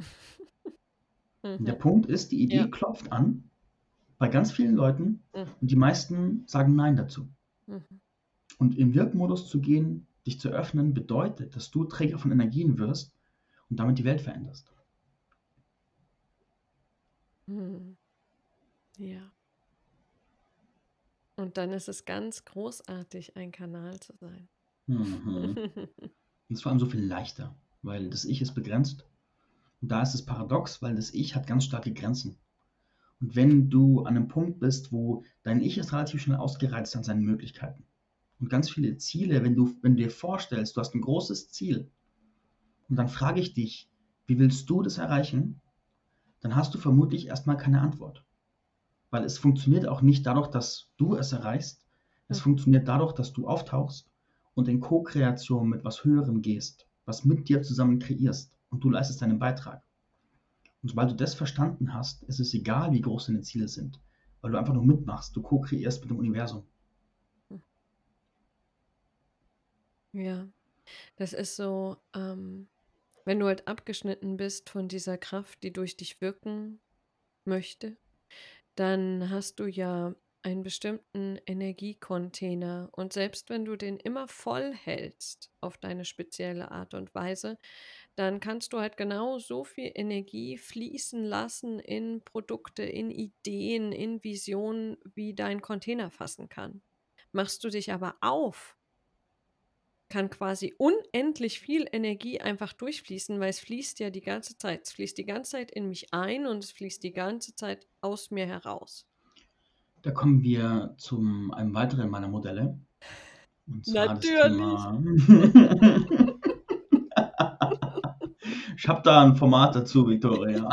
B: Und der
A: Mhm.
B: Punkt ist, die
A: Ja.
B: Idee klopft an bei ganz vielen Leuten
A: Mhm.
B: und die meisten sagen Nein dazu.
A: Mhm.
B: Und im Wirkmodus zu gehen, dich zu öffnen, bedeutet, dass du Träger von Energien wirst und damit die Welt veränderst.
A: Mhm. Ja. Und dann ist es ganz großartig, ein Kanal zu sein.
B: Mhm. Und es ist vor allem so viel leichter, weil das Ich ist begrenzt. Und da ist es paradox, weil das Ich hat ganz starke Grenzen. Und wenn du an einem Punkt bist, wo dein Ich ist relativ schnell ausgereizt an seinen Möglichkeiten und ganz viele Ziele, wenn du dir vorstellst, du hast ein großes Ziel und dann frage ich dich, wie willst du das erreichen, dann hast du vermutlich erstmal keine Antwort. Weil es funktioniert auch nicht dadurch, dass du es erreichst. Es
A: Mhm.
B: funktioniert dadurch, dass du auftauchst und in Co-Kreation mit was Höherem gehst, was mit dir zusammen kreierst und du leistest deinen Beitrag. Und sobald du das verstanden hast, ist es egal, wie groß deine Ziele sind, weil du einfach nur mitmachst, du co-kreierst mit dem Universum.
A: Ja, das ist so, wenn du halt abgeschnitten bist von dieser Kraft, die durch dich wirken möchte, dann hast du ja einen bestimmten Energiecontainer. Und selbst wenn du den immer voll hältst auf deine spezielle Art und Weise, dann kannst du halt genau so viel Energie fließen lassen in Produkte, in Ideen, in Visionen, wie dein Container fassen kann. Machst du dich aber auf, kann quasi unendlich viel Energie einfach durchfließen, weil es fließt ja die ganze Zeit. Es fließt die ganze Zeit in mich ein und es fließt die ganze Zeit aus mir heraus.
B: Da kommen wir zu einem weiteren meiner Modelle, und zwar das
A: Natürlich.
B: Thema. Ich habe da ein Format dazu, Victoria.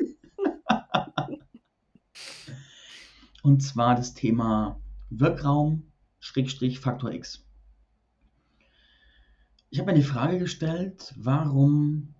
B: Und zwar das Thema Wirkraum Schrägstrich Faktor X. Ich habe mir die Frage gestellt, warum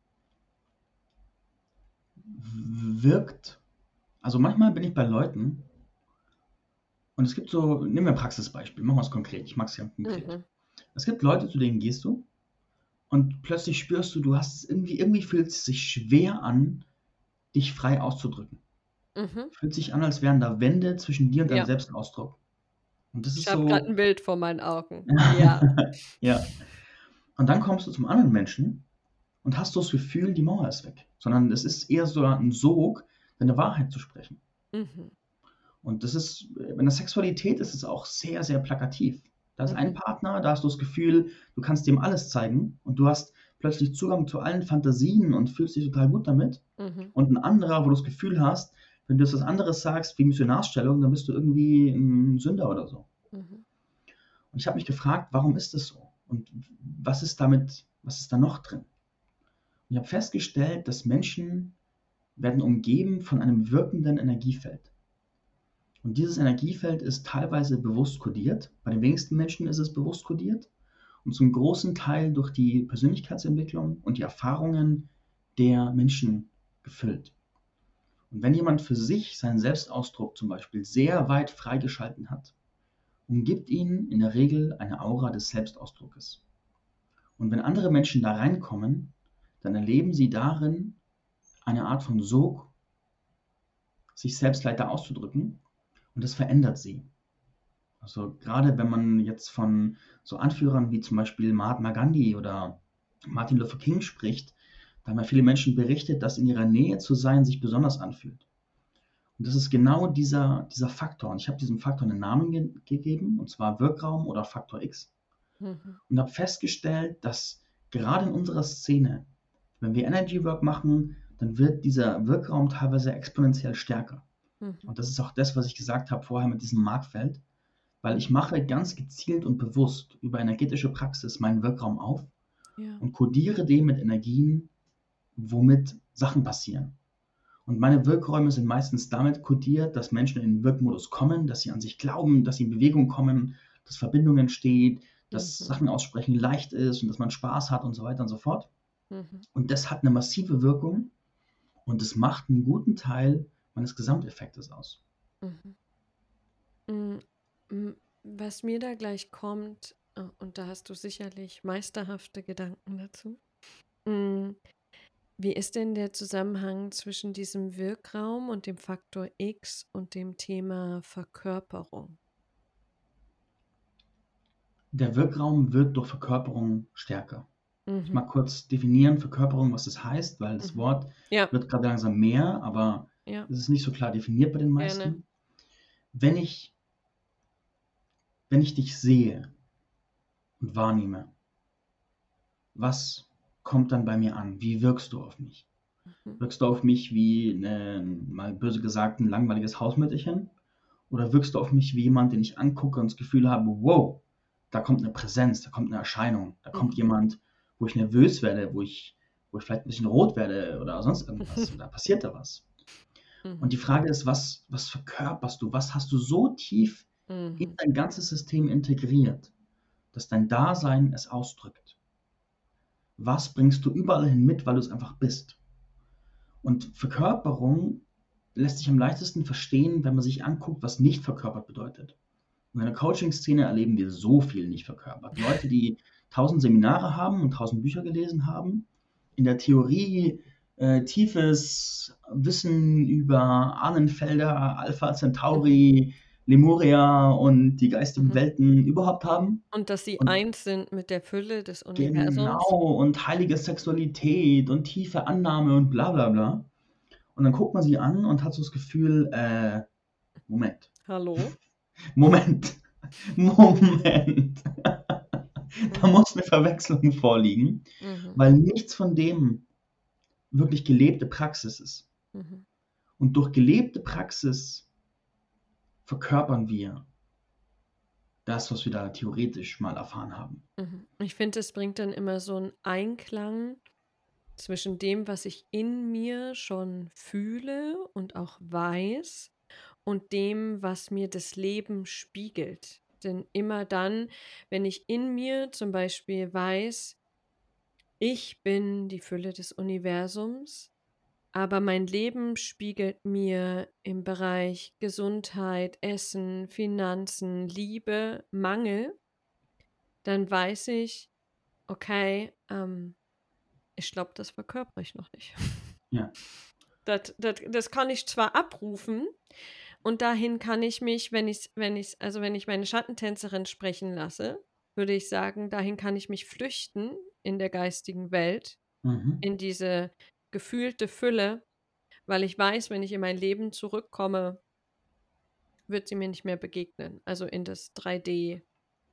B: wirkt, also manchmal bin ich bei Leuten und es gibt so, nehmen wir ein Praxisbeispiel, machen wir es konkret, ich mag es ja konkret.
A: Mhm.
B: Es gibt Leute, zu denen gehst du und plötzlich spürst du, du hast es irgendwie fühlt es sich schwer an, dich frei auszudrücken.
A: Mhm.
B: Fühlt sich an, als wären da Wände zwischen dir und deinem
A: Ja,
B: Selbstausdruck. Und das
A: ich
B: ist
A: habe gerade
B: so,
A: ein Bild vor meinen Augen. Ja.
B: ja. Und dann kommst du zum anderen Menschen und hast so das Gefühl, die Mauer ist weg. Sondern es ist eher so ein Sog, deine Wahrheit zu sprechen.
A: Mhm.
B: Und das ist, in der Sexualität ist es auch sehr, sehr plakativ. Da ist ein
A: Mhm.
B: Partner, da hast du das Gefühl, du kannst dem alles zeigen und du hast plötzlich Zugang zu allen Fantasien und fühlst dich total gut damit.
A: Mhm.
B: Und ein anderer, wo du das Gefühl hast, wenn du jetzt was anderes sagst, wie Missionarstellung, dann bist du irgendwie ein Sünder oder so.
A: Mhm.
B: Und ich habe mich gefragt, warum ist das so? Und was ist da noch drin? Und ich habe festgestellt, dass Menschen werden umgeben von einem wirkenden Energiefeld. Und dieses Energiefeld ist teilweise bewusst kodiert. Bei den wenigsten Menschen ist es bewusst kodiert und zum großen Teil durch die Persönlichkeitsentwicklung und die Erfahrungen der Menschen gefüllt. Und wenn jemand für sich seinen Selbstausdruck zum Beispiel sehr weit freigeschalten hat, umgibt ihn in der Regel eine Aura des Selbstausdruckes. Und wenn andere Menschen da reinkommen, dann erleben sie darin eine Art von Sog, sich selbst weiter auszudrücken, und das verändert sie. Also gerade wenn man jetzt von so Anführern wie zum Beispiel Mahatma Gandhi oder Martin Luther King spricht, da haben ja viele Menschen berichtet, dass in ihrer Nähe zu sein sich besonders anfühlt. Und das ist genau dieser Faktor. Und ich habe diesem Faktor einen Namen gegeben, und zwar Wirkraum oder Faktor X.
A: Mhm.
B: Und habe festgestellt, dass gerade in unserer Szene, wenn wir Energy Work machen, dann wird dieser Wirkraum teilweise exponentiell stärker.
A: Mhm.
B: Und das ist auch das, was ich gesagt habe vorher mit diesem Markfeld, weil ich
A: Mhm.
B: mache ganz gezielt und bewusst über energetische Praxis meinen Wirkraum auf
A: Ja.
B: und kodiere den mit Energien, womit Sachen passieren. Und meine Wirkräume sind meistens damit kodiert, dass Menschen in den Wirkmodus kommen, dass sie an sich glauben, dass sie in Bewegung kommen, dass Verbindung entsteht, dass
A: Mhm.
B: Sachen aussprechen leicht ist und dass man Spaß hat und so weiter und so fort.
A: Mhm.
B: Und das hat eine massive Wirkung und es macht einen guten Teil meines Gesamteffektes aus.
A: Mhm. Mm, Was mir da gleich kommt, und da hast du sicherlich meisterhafte Gedanken dazu. mm, Wie ist denn der Zusammenhang zwischen diesem Wirkraum und dem Faktor X und dem Thema Verkörperung?
B: Der Wirkraum wird durch Verkörperung stärker. Ich
A: Mhm.
B: mag kurz definieren, Verkörperung, was das heißt, weil das
A: Mhm.
B: Wort
A: Ja,
B: wird gerade langsam mehr, aber
A: ja,
B: es ist nicht so klar definiert bei den
A: gerne.
B: meisten. Wenn ich, wenn ich dich sehe und wahrnehme, was kommt dann bei mir an? Wie wirkst du auf mich?
A: Mhm.
B: Wirkst du auf mich wie, mal böse gesagt, ein langweiliges Hausmütterchen? Oder wirkst du auf mich wie jemand, den ich angucke und das Gefühl habe, wow, da kommt eine Präsenz, da kommt eine Erscheinung, da kommt
A: Mhm.
B: jemand, wo ich nervös werde, wo ich vielleicht ein bisschen rot werde oder sonst irgendwas, oder passiert da was? Und
A: Mhm.
B: die Frage ist, was verkörperst du? Was hast du so tief in
A: Mhm.
B: dein ganzes System integriert, dass dein Dasein es ausdrückt? Was bringst du überall hin mit, weil du es einfach bist? Und Verkörperung lässt sich am leichtesten verstehen, wenn man sich anguckt, was nicht verkörpert bedeutet. In der Coaching-Szene erleben wir so viel nicht verkörpert. Leute, die 1000 Seminare haben und 1000 Bücher gelesen haben, in der Theorie tiefes Wissen über Ahnenfelder, Alpha
A: Mhm.
B: Centauri, Lemuria und die geistigen
A: Mhm.
B: Welten überhaupt haben.
A: Und dass sie
B: Und
A: eins sind mit der Fülle des
B: genau,
A: Universums.
B: und heilige Sexualität und tiefe Annahme und bla bla bla. Und dann guckt man sie an und hat so das Gefühl, Moment,
A: Hallo?
B: Moment, Moment. Da
A: Mhm.
B: muss eine Verwechslung vorliegen,
A: Mhm.
B: weil nichts von dem wirklich gelebte Praxis ist.
A: Mhm.
B: Und durch gelebte Praxis verkörpern wir das, was wir da theoretisch mal erfahren haben.
A: Mhm. Ich finde, es bringt dann immer so einen Einklang zwischen dem, was ich in mir schon fühle und auch weiß, und dem, was mir das Leben spiegelt. Denn immer dann, wenn ich in mir zum Beispiel weiß, ich bin die Fülle des Universums, aber mein Leben spiegelt mir im Bereich Gesundheit, Essen, Finanzen, Liebe, Mangel, dann weiß ich, okay, ich glaube, das verkörpere ich noch nicht.
B: Ja,
A: Das kann ich zwar abrufen, und dahin kann ich mich, wenn ich meine Schattentänzerin sprechen lasse, würde ich sagen, dahin kann ich mich flüchten in der geistigen Welt,
B: mhm.
A: in diese gefühlte Fülle, weil ich weiß, wenn ich in mein Leben zurückkomme, wird sie mir nicht mehr begegnen, also in das 3D-Leben.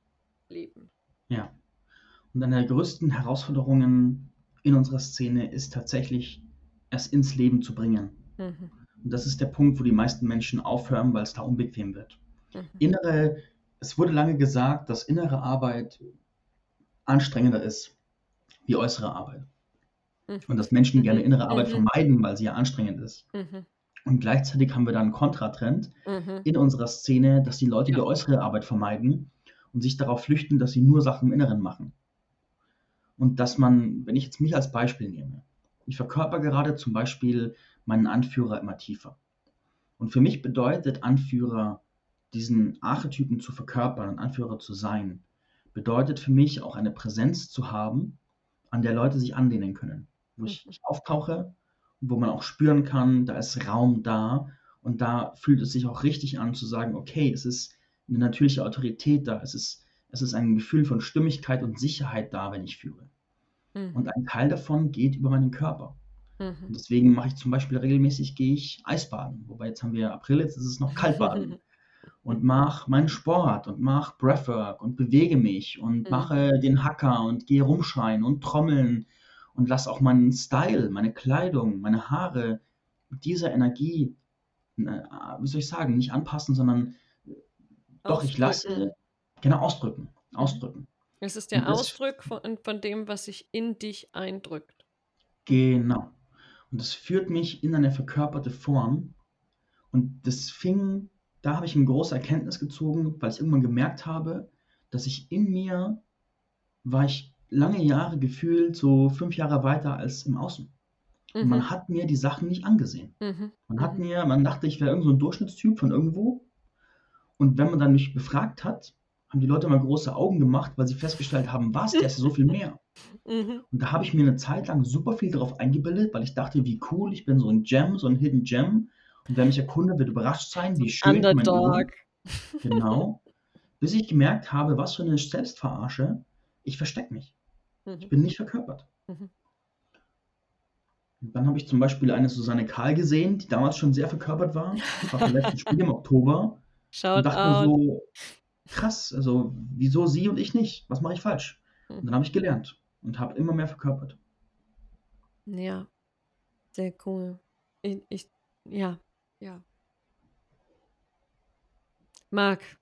B: Ja. Und eine der größten Herausforderungen in unserer Szene ist tatsächlich, es ins Leben zu bringen.
A: Mhm,
B: Und das ist der Punkt, wo die meisten Menschen aufhören, weil es da unbequem wird.
A: mhm,
B: Innere Es wurde lange gesagt, dass innere Arbeit anstrengender ist wie äußere Arbeit. Und
A: Mhm.
B: dass Menschen gerne
A: Mhm.
B: innere Arbeit
A: Mhm.
B: vermeiden, weil sie ja anstrengend ist.
A: Mhm.
B: Und gleichzeitig haben wir dann einen Kontratrend
A: Mhm.
B: in unserer Szene, dass die Leute
A: Ja.
B: die äußere Arbeit vermeiden und sich darauf flüchten, dass sie nur Sachen im Inneren machen. Und dass man, wenn ich jetzt mich als Beispiel nehme, ich verkörper gerade zum Beispiel meinen Anführer immer tiefer. Und für mich bedeutet Anführer, diesen Archetypen zu verkörpern und Anführer zu sein, bedeutet für mich auch eine Präsenz zu haben, an der Leute sich anlehnen können. Wo
A: Mhm.
B: ich auftauche, wo man auch spüren kann, da ist Raum da und da fühlt es sich auch richtig an zu sagen, okay, es ist eine natürliche Autorität da, es ist ein Gefühl von Stimmigkeit und Sicherheit da, wenn ich führe. Und
A: Mhm.
B: ein Teil davon geht über meinen Körper.
A: Mhm.
B: Und deswegen mache ich zum Beispiel regelmäßig, gehe ich Eisbaden. Wobei jetzt haben wir April, jetzt ist es noch Kaltbaden. Und mache meinen Sport und mache Breathwork und bewege mich und
A: Mhm.
B: mache den Hacker und gehe rumschreien und trommeln und lasse auch meinen Style, meine Kleidung, meine Haare mit dieser Energie, wie soll ich sagen, nicht anpassen, sondern doch, ich
A: Ausdrücken.
B: lasse genau ausdrücken,
A: Mhm.
B: ausdrücken.
A: Es ist
B: Und
A: der
B: das
A: Ausdruck von dem, was sich in dich eindrückt. Mhm.
B: genau. Und das führt mich in eine verkörperte Form. Und das fing, da habe ich eine große Erkenntnis gezogen, weil ich irgendwann gemerkt habe, dass ich in mir war ich lange Jahre gefühlt so 5 Jahre weiter als im Außen. Und
A: Mhm.
B: man hat mir die Sachen nicht angesehen.
A: Mhm.
B: Man
A: Mhm.
B: man dachte, ich wäre irgend so 'n Durchschnittstyp von irgendwo. Und wenn man dann mich befragt hat, haben die Leute mal große Augen gemacht, weil sie festgestellt haben: „Was, der ist ja so viel mehr.“
A: Mhm.
B: Und da habe ich mir eine Zeit lang super viel darauf eingebildet, weil ich dachte: „Wie cool, ich bin so ein Gem, so ein Hidden Gem. Und wer mich erkundet, wird überrascht sein,
A: So
B: wie
A: 'n
B: schön ich mein
A: Underdog.
B: Ohren“, genau, bis ich gemerkt habe, was für eine Selbstverarsche. Ich verstecke mich. Ich
A: Mhm.
B: bin nicht verkörpert.
A: Mhm.
B: Und dann habe ich zum Beispiel eine Susanne Kahl gesehen, die damals schon sehr verkörpert war. Das war beim letzten Spiel im Oktober und
A: Shout
B: dachte mir
A: out.
B: so: „Krass, also wieso sie und ich nicht? Was mache ich falsch?“ Und dann
A: Mhm.
B: habe ich gelernt und habe immer mehr verkörpert.
A: Ja, sehr cool. Ich ja, ja. Marc,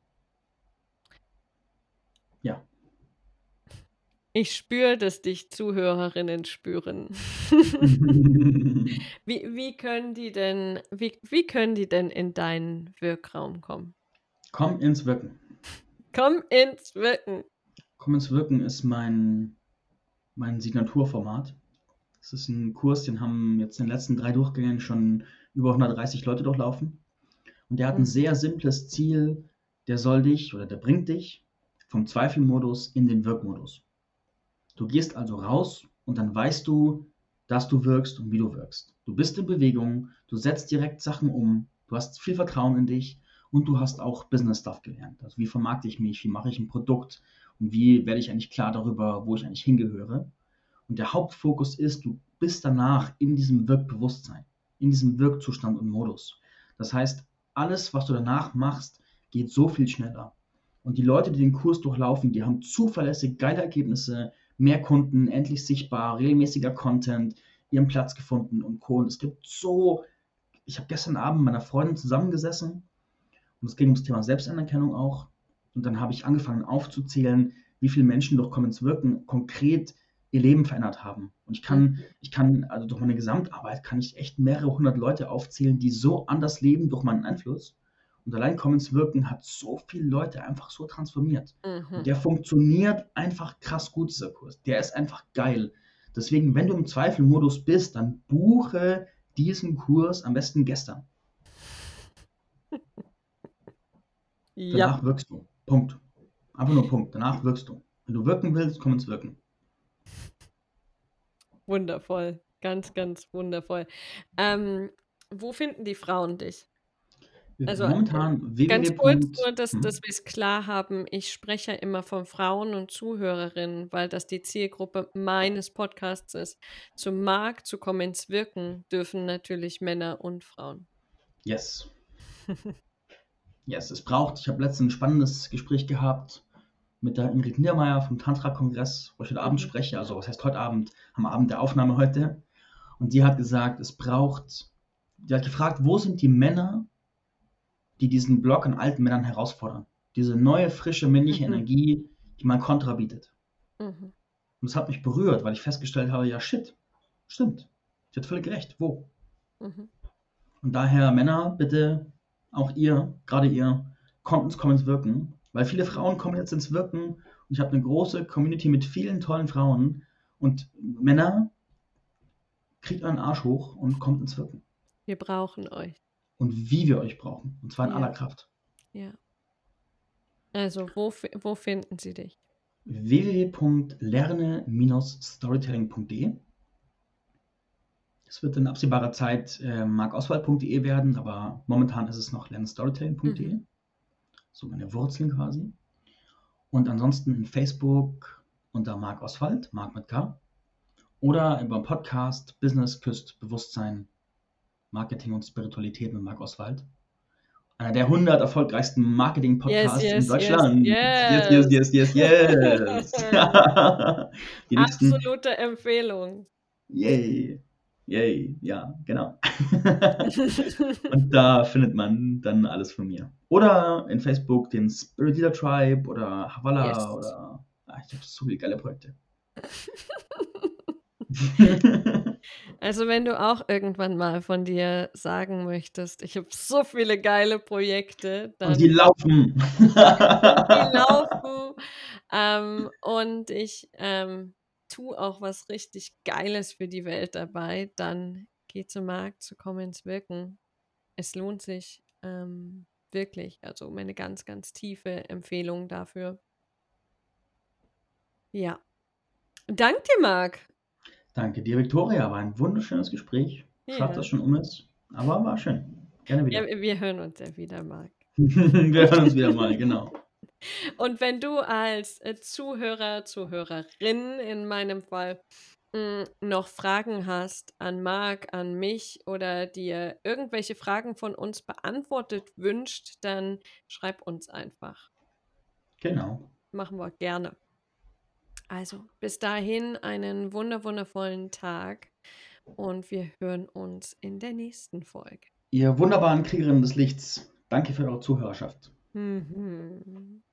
B: Ja.
A: ich spüre, dass dich Zuhörerinnen spüren. Wie können die denn in deinen Wirkraum kommen?
B: Komm ins Wirken.
A: Komm ins Wirken.
B: Komm ins Wirken ist mein Signaturformat. Das ist ein Kurs, den haben jetzt in den letzten 3 Durchgängen schon über 130 Leute durchlaufen. Und der hat ein
A: Mhm.
B: sehr simples Ziel. Der soll dich oder der bringt dich vom Zweifelmodus in den Wirkmodus. Du gehst also raus und dann weißt du, dass du wirkst und wie du wirkst. Du bist in Bewegung, du setzt direkt Sachen um, du hast viel Vertrauen in dich und du hast auch Business Stuff gelernt. Also wie vermarkte ich mich, wie mache ich ein Produkt und wie werde ich eigentlich klar darüber, wo ich eigentlich hingehöre. Und der Hauptfokus ist, du bist danach in diesem Wirkbewusstsein, in diesem Wirkzustand und Modus. Das heißt, alles, was du danach machst, geht so viel schneller. Und die Leute, die den Kurs durchlaufen, die haben zuverlässig geile Ergebnisse, mehr Kunden, endlich sichtbar, regelmäßiger Content, ihren Platz gefunden und Co. Und es gibt so, ich habe gestern Abend mit meiner Freundin zusammengesessen und es ging ums Thema Selbstanerkennung auch. Und dann habe ich angefangen aufzuzählen, wie viele Menschen durch Commons Wirken konkret ihr Leben verändert haben. Und
A: Mhm.
B: also durch meine Gesamtarbeit kann ich echt mehrere hundert Leute aufzählen, die so anders leben durch meinen Einfluss. Und allein Commons Wirken hat so viele Leute einfach so transformiert. Und
A: Mhm.
B: der funktioniert einfach krass gut, dieser Kurs. Der ist einfach geil. Deswegen, wenn du im Zweifelmodus bist, dann buche diesen Kurs am besten gestern.
A: Ja,
B: Danach wirkst du. Punkt. Einfach nur Punkt. Danach wirkst du. Wenn du wirken willst, komm ins Wirken.
A: wundervoll. Ganz, ganz wundervoll. Ähm, wo finden die Frauen dich? Also,
B: Momentan
A: ganz kurz
B: www.
A: nur, dass wir es klar haben. Ich spreche ja immer von Frauen und Zuhörerinnen, weil das die Zielgruppe meines Podcasts ist. Zum Markt zu kommen ins Wirken dürfen natürlich Männer und Frauen.
B: Yes. Yes, es braucht. Ich habe letztens ein spannendes Gespräch gehabt mit der Ingrid Niedermeyer vom Tantra-Kongress, wo ich heute Abend
A: Mhm.
B: spreche. Also, was heißt heute Abend? Am Abend der Aufnahme heute. Und sie hat gesagt, sie hat gefragt, wo sind die Männer, die diesen Block an alten Männern herausfordern? Diese neue, frische, männliche
A: Mhm.
B: Energie, die mal Kontra bietet.
A: Mhm.
B: Und es hat mich berührt, weil ich festgestellt habe, ja shit, stimmt. Sie hat völlig recht. Wo?
A: Mhm.
B: Und daher, Männer, bitte, auch ihr, gerade ihr, kommt ins Wirken. Weil viele Frauen kommen jetzt ins Wirken und ich habe eine große Community mit vielen tollen Frauen. Und Männer, kriegt euren Arsch hoch und kommt ins Wirken.
A: Wir brauchen euch.
B: Und wie wir euch brauchen. Und zwar in aller
A: Ja,
B: Kraft.
A: ja. Also, wo finden sie dich?
B: www.lerne-storytelling.de. Es wird in absehbarer Zeit markoswald.de werden, aber momentan ist es noch lernstorytelling.de.
A: Mhm.
B: So meine Wurzeln quasi. Und ansonsten in Facebook unter Marc Oswald, Marc mit K. Oder über Podcast Business küsst Bewusstsein, Marketing und Spiritualität mit Marc Oswald. Einer der 100 erfolgreichsten
A: Yes,
B: Marketing-Podcasts in
A: yes, yes,
B: Deutschland. Yes, yes,
A: yes.
B: yes, yes, yes. Die nächsten,
A: Absolute Empfehlung.
B: yay, yay, ja, genau. Und da findet man dann alles von mir. Oder in Facebook den Spirit Leader Tribe oder Havala
A: Yes.
B: oder ich habe so viele geile Projekte.
A: Also, wenn du auch irgendwann mal von dir sagen möchtest: „Ich habe so viele geile Projekte“,
B: Und die
A: dann
B: laufen.
A: und die laufen, und ich, tue auch was richtig Geiles für die Welt dabei, dann geh zum Markt, so komm ins Wirken. Es lohnt sich, wirklich. Also, meine ganz, ganz tiefe Empfehlung dafür. Ja. Danke dir, Marc.
B: Danke dir, Viktoria. War ein wunderschönes Gespräch. Schade, dass
A: Ja.
B: es schon um ist, aber war schön. Gerne
A: Ja,
B: wieder.
A: wir hören uns ja wieder, Marc.
B: Wir hören uns wieder mal, genau.
A: Und wenn du als, Zuhörer, Zuhörerin in meinem Fall, noch Fragen hast an Marc, an mich oder dir irgendwelche Fragen von uns beantwortet wünscht, dann schreib uns einfach.
B: Genau.
A: Machen wir gerne. Also, bis dahin einen wundervollen Tag und wir hören uns in der nächsten Folge.
B: Ihr wunderbaren Kriegerinnen des Lichts, danke für eure Zuhörerschaft.
A: Mhm.